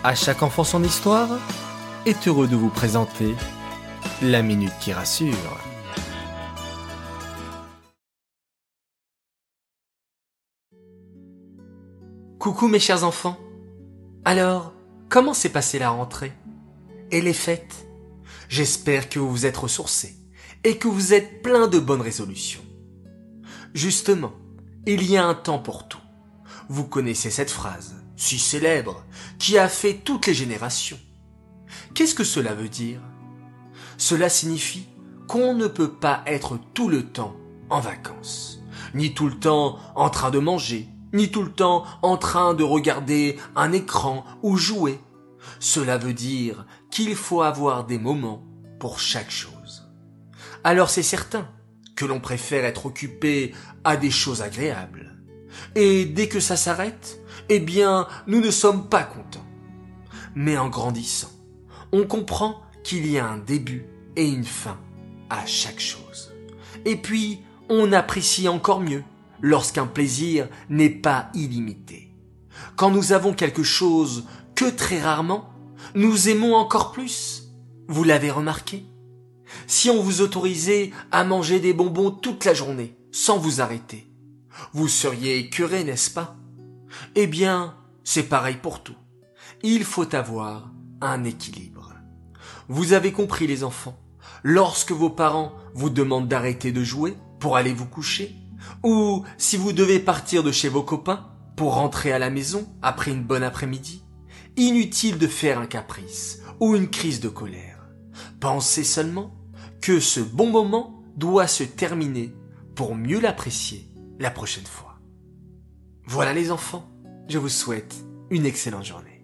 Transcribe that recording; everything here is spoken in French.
À chaque enfant son histoire est heureux de vous présenter la Minute qui rassure. Coucou mes chers enfants. Alors, comment s'est passée la rentrée et les fêtes? J'espère que vous vous êtes ressourcés et que vous êtes plein de bonnes résolutions. Justement, il y a un temps pour tout. Vous connaissez cette phrase, si célèbre, qui a fait toutes les générations. Qu'est-ce que cela veut dire? Cela signifie qu'on ne peut pas être tout le temps en vacances, ni tout le temps en train de manger, ni tout le temps en train de regarder un écran ou jouer. Cela veut dire qu'il faut avoir des moments pour chaque chose. Alors c'est certain que l'on préfère être occupé à des choses agréables. Et dès que ça s'arrête, eh bien, nous ne sommes pas contents. Mais en grandissant, on comprend qu'il y a un début et une fin à chaque chose. Et puis, on apprécie encore mieux lorsqu'un plaisir n'est pas illimité. Quand nous avons quelque chose que très rarement, nous aimons encore plus. Vous l'avez remarqué? Si on vous autorisait à manger des bonbons toute la journée, sans vous arrêter, vous seriez écœuré, n'est-ce pas? Eh bien, c'est pareil pour tout. Il faut avoir un équilibre. Vous avez compris les enfants, lorsque vos parents vous demandent d'arrêter de jouer pour aller vous coucher, ou si vous devez partir de chez vos copains pour rentrer à la maison après une bonne après-midi, inutile de faire un caprice ou une crise de colère. Pensez seulement que ce bon moment doit se terminer pour mieux l'apprécier la prochaine fois. Voilà les enfants, je vous souhaite une excellente journée.